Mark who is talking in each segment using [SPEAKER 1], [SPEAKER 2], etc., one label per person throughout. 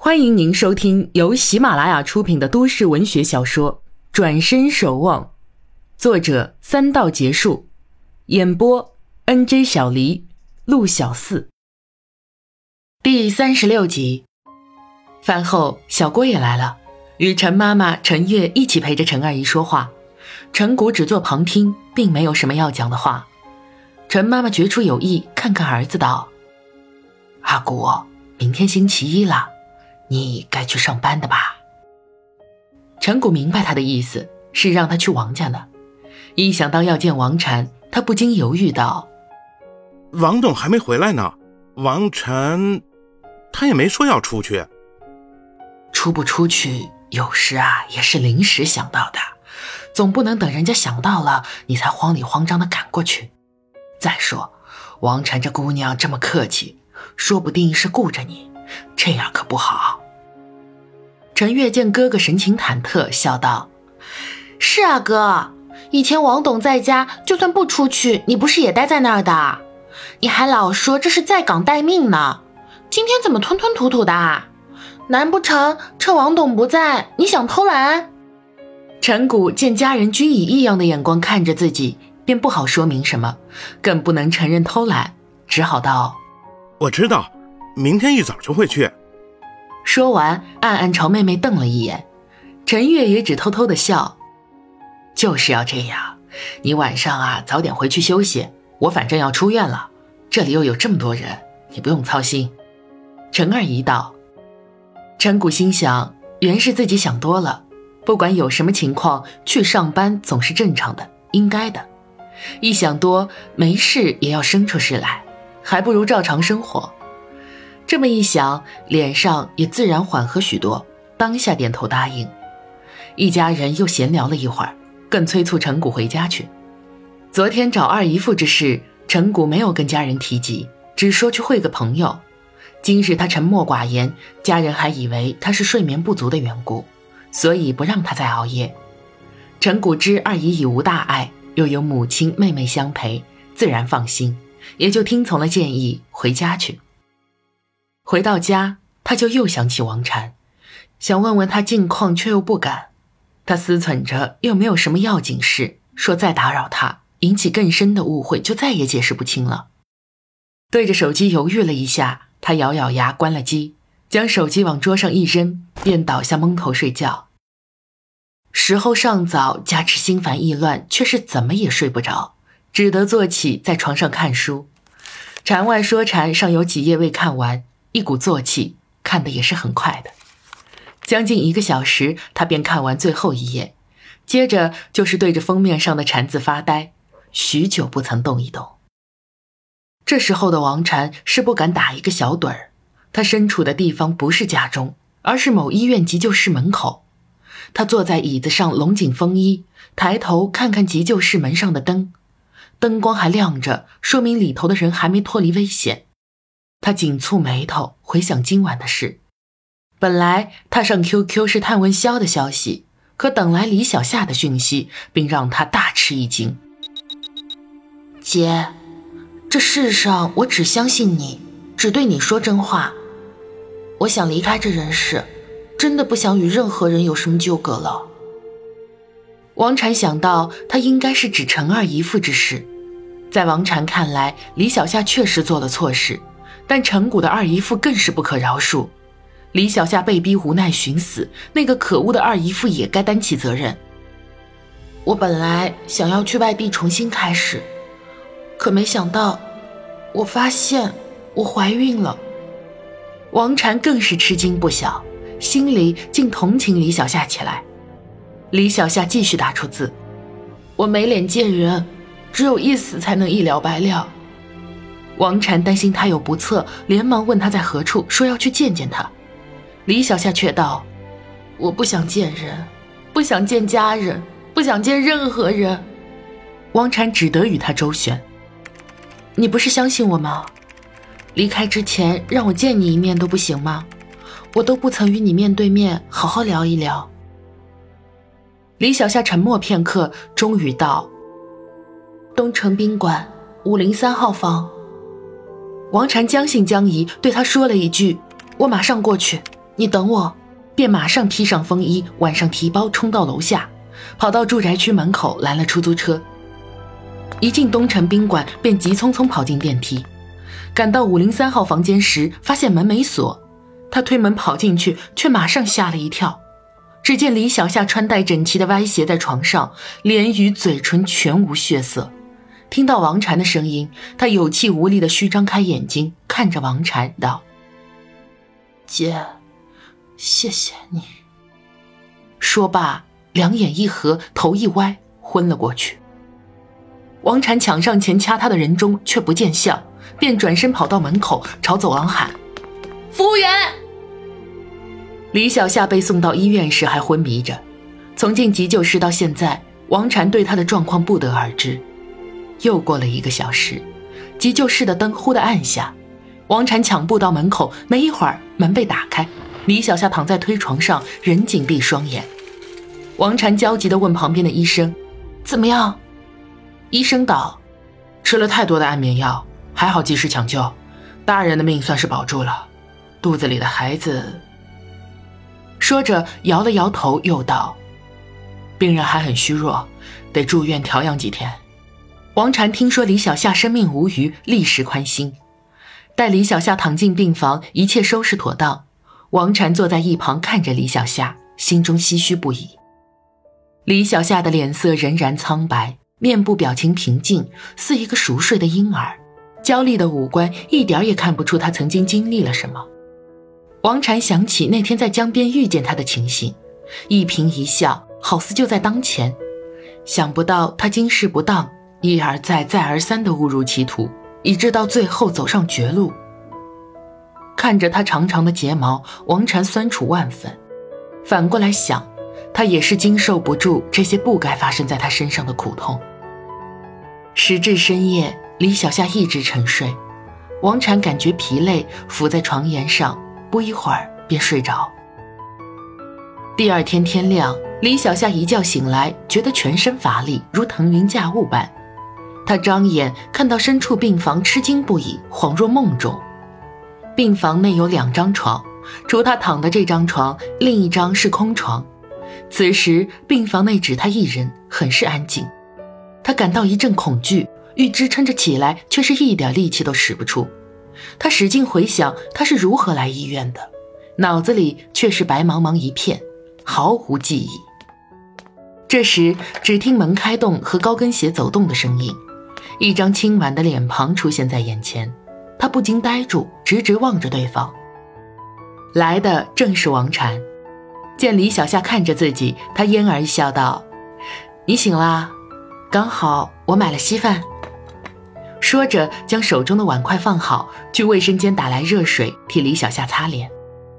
[SPEAKER 1] 欢迎您收听由喜马拉雅出品的都市文学小说《转身守望》，作者三道结束，演播 NJ 小黎、陆小四。第36集。饭后，小郭也来了，与陈妈妈陈月一起陪着陈二姨说话。陈谷只做旁听，并没有什么要讲的话。陈妈妈觉出有意，看看儿子道：阿谷，明天星期一了，你该去上班的吧？陈谷明白他的意思，是让他去王家呢。一想到要见王禅，他不禁犹豫道：
[SPEAKER 2] 王董还没回来呢，王禅他也没说要出去。
[SPEAKER 1] 出不出去有时也是临时想到的，总不能等人家想到了你才慌里慌张地赶过去。再说王禅这姑娘这么客气，说不定是顾着你，这样可不好。陈月见哥哥神情忐忑，笑道：是啊哥，以前王董在家就算不出去，你不是也待在那儿的？你还老说这是在岗待命呢，今天怎么吞吞吐吐的？难不成趁王董不在，你想偷懒？陈谷见家人均以异样的眼光看着自己，便不好说明什么，更不能承认偷懒，只好道：
[SPEAKER 2] 我知道，明天一早就会去。
[SPEAKER 1] 说完暗暗朝妹妹瞪了一眼，陈月也只偷偷的笑。就是要这样，你晚上早点回去休息，我反正要出院了，这里又有这么多人，你不用操心。陈二姨道。陈谷心想，原是自己想多了，不管有什么情况，去上班总是正常的，应该的。一想多，没事也要生出事来，还不如照常生活。这么一想，脸上也自然缓和许多，当下点头答应。一家人又闲聊了一会儿，更催促陈谷回家去。昨天找二姨父之事，陈谷没有跟家人提及，只说去会个朋友。今日他沉默寡言，家人还以为他是睡眠不足的缘故，所以不让他再熬夜。陈谷知二姨已无大碍，又有母亲妹妹相陪，自然放心，也就听从了建议，回家去。回到家，他就又想起王禅，想问问他近况，却又不敢。他思忖着又没有什么要紧事，说再打扰他，引起更深的误会，就再也解释不清了。对着手机犹豫了一下，他咬咬牙关了机，将手机往桌上一扔，便倒下蒙头睡觉。时候尚早，加之心烦意乱，却是怎么也睡不着，只得坐起在床上看书。禅外说禅尚有几页未看完，一股作气，看得也是很快的。将近1个小时，他便看完最后一页，接着就是对着封面上的禅字发呆，许久不曾动一动。这时候的王禅是不敢打一个小盹儿，他身处的地方不是家中，而是某医院急救室门口。他坐在椅子上拢紧风衣，抬头看看急救室门上的灯，灯光还亮着，说明里头的人还没脱离危险。他紧蹙眉头，回想今晚的事。本来他上 QQ 是探问萧的消息，可等来李小夏的讯息，并让他大吃一惊。姐，这世上我只相信你，只对你说真话。我想离开这人世，真的不想与任何人有什么纠葛了。王禅想到他应该是指陈二姨父之事，在王禅看来，李小夏确实做了错事，但陈谷的二姨父更是不可饶恕。李小夏被逼无奈寻死，那个可恶的二姨父也该担起责任。我本来想要去外地重新开始，可没想到，我发现我怀孕了。王禅更是吃惊不小，心里竟同情李小夏起来。李小夏继续打出字：我没脸见人，只有一死才能一了百了。王禅担心他有不测，连忙问他在何处，说要去见见他。李小夏却道：我不想见人，不想见家人，不想见任何人。王禅只得与他周旋：你不是相信我吗？离开之前让我见你一面都不行吗？我都不曾与你面对面好好聊一聊。李小夏沉默片刻，终于道：东城宾馆503号房。王禅将信将疑，对他说了一句：我马上过去。 你等我。便马上披上风衣，挽上提包，冲到楼下，跑到住宅区门口拦了出租车。一进东城宾馆，便急匆匆跑进电梯。赶到503号房间时，发现门没锁。他推门跑进去，却马上吓了一跳。只见李小夏穿戴整齐地歪斜在床上，脸与嘴唇全无血色。听到王禅的声音，他有气无力地虚张开眼睛，看着王禅道：姐，谢谢你。说罢，两眼一合，头一歪，昏了过去。王禅抢上前掐他的人中，却不见效，便转身跑到门口，朝走廊喊：服务员！李小夏被送到医院时还昏迷着，从进急救室到现在，王禅对他的状况不得而知。又过了1个小时，急救室的灯忽地暗下，王禅抢步到门口，没一会儿门被打开，李小夏躺在推床上，人紧闭双眼。王禅焦急地问旁边的医生：怎么样？医生道：吃了太多的安眠药，还好及时抢救，大人的命算是保住了，肚子里的孩子……说着摇了摇头，又道：病人还很虚弱，得住院调养几天。王禅听说李小夏生命无虞，立时宽心。待李小夏躺进病房，一切收拾妥当，王禅坐在一旁看着李小夏，心中唏嘘不已。李小夏的脸色仍然苍白，面部表情平静，似一个熟睡的婴儿，娇丽的五官一点也看不出她曾经经历了什么。王禅想起那天在江边遇见她的情形，一颦一笑好似就在当前，想不到她经世不当，一而再再而三地误入歧途，以致到最后走上绝路。看着她长长的睫毛，王禅酸楚万分。反过来想，她也是经受不住这些不该发生在她身上的苦痛。时至深夜，李小夏一直沉睡，王禅感觉疲累，伏在床沿上，不一会儿便睡着。第二天天亮，李小夏一觉醒来，觉得全身乏力，如腾云驾雾般。她张眼看到身处病房，吃惊不已，恍若梦中。病房内有2张床，除她躺的这张床，另一张是空床。此时病房内只她一人，很是安静。她感到一阵恐惧，欲支撑着起来，却是一点力气都使不出。她使劲回想她是如何来医院的，脑子里却是白茫茫一片，毫无记忆。这时只听门开动和高跟鞋走动的声音，一张清婉的脸庞出现在眼前，她不禁呆住，直直望着对方。来的正是王禅。见李小夏看着自己，她嫣儿一笑道：你醒啦，刚好我买了稀饭。说着将手中的碗筷放好，去卫生间打来热水替李小夏擦脸。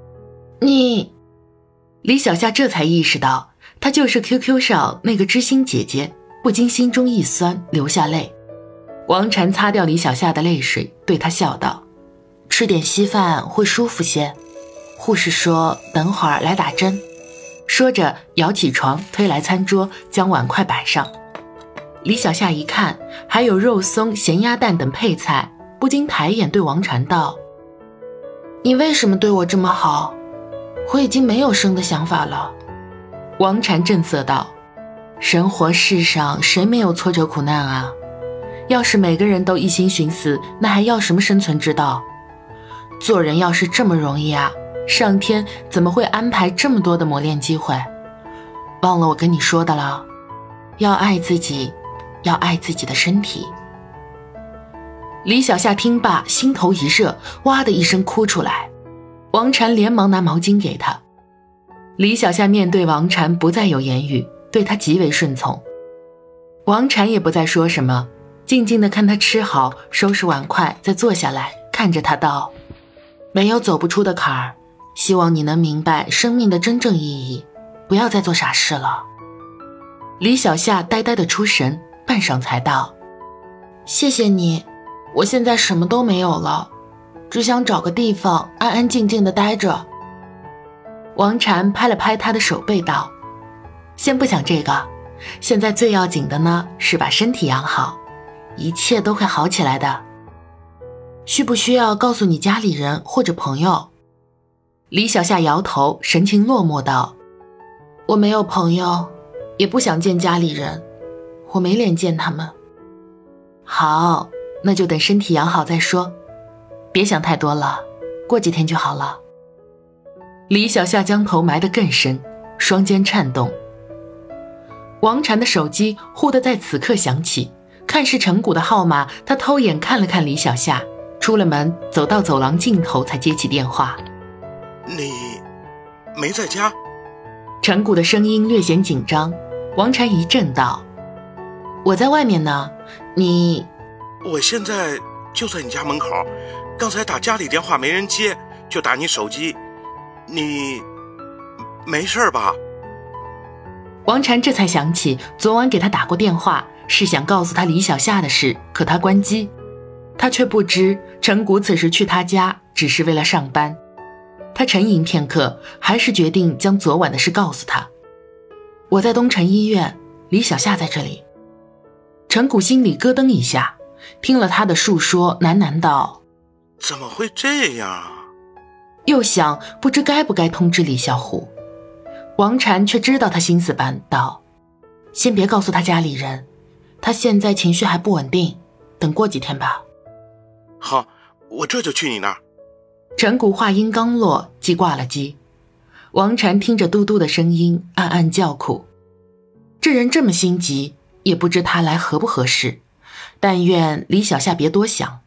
[SPEAKER 1] 李小夏这才意识到她就是 QQ 上那个知心姐姐，不禁心中一酸，流下泪。王禅擦掉李小夏的泪水，对她笑道：吃点稀饭会舒服些，护士说等会儿来打针。说着摇起床，推来餐桌，将碗筷摆上。李小夏一看还有肉松、咸鸭蛋等配菜，不禁抬眼对王禅道：你为什么对我这么好？我已经没有生的想法了。王禅正色道：人活世上谁没有挫折苦难啊？要是每个人都一心寻死，那还要什么生存之道？做人要是这么容易啊，上天怎么会安排这么多的磨练机会？忘了我跟你说的了，要爱自己，要爱自己的身体。李小夏听罢，心头一热，哇的一声哭出来。王禅连忙拿毛巾给她。李小夏面对王禅不再有言语，对他极为顺从。王禅也不再说什么，静静地看他吃好，收拾碗筷，再坐下来，看着他道：没有走不出的坎儿，希望你能明白生命的真正意义，不要再做傻事了。李小夏呆呆地出神，半晌才道：谢谢你，我现在什么都没有了，只想找个地方安安静静地待着。王禅拍了拍他的手背道：先不想这个，现在最要紧的呢是把身体养好，一切都会好起来的。需不需要告诉你家里人或者朋友？ 李小夏摇头，神情落寞道：我没有朋友，也不想见家里人，我没脸见他们。好，那就等身体养好再说，别想太多了，过几天就好了。李小夏将头埋得更深，双肩颤动。王禅的手机忽地在此刻响起，看是陈谷的号码，他偷眼看了看李小夏，出了门，走到走廊尽头才接起电话。
[SPEAKER 2] 你没在家？
[SPEAKER 1] 陈谷的声音略显紧张。王禅一怔道：我在外面呢，你……
[SPEAKER 2] 我现在就在你家门口，刚才打家里电话没人接，就打你手机。你没事吧？
[SPEAKER 1] 王禅这才想起昨晚给他打过电话，是想告诉他李小夏的事，可他关机。他却不知陈谷此时去他家只是为了上班。他沉吟片刻，还是决定将昨晚的事告诉他。我在东城医院，李小夏在这里。陈谷心里咯噔一下，听了他的述说，喃喃道：
[SPEAKER 2] 怎么会这样？
[SPEAKER 1] 又想不知该不该通知李小虎。王禅却知道他心思般，道：先别告诉他家里人，他现在情绪还不稳定，等过几天吧。
[SPEAKER 2] 好，我这就去你那儿。
[SPEAKER 1] 陈谷话音刚落，即挂了机。王禅听着嘟嘟的声音，暗暗叫苦。这人这么心急，也不知他来合不合适，但愿李小夏别多想。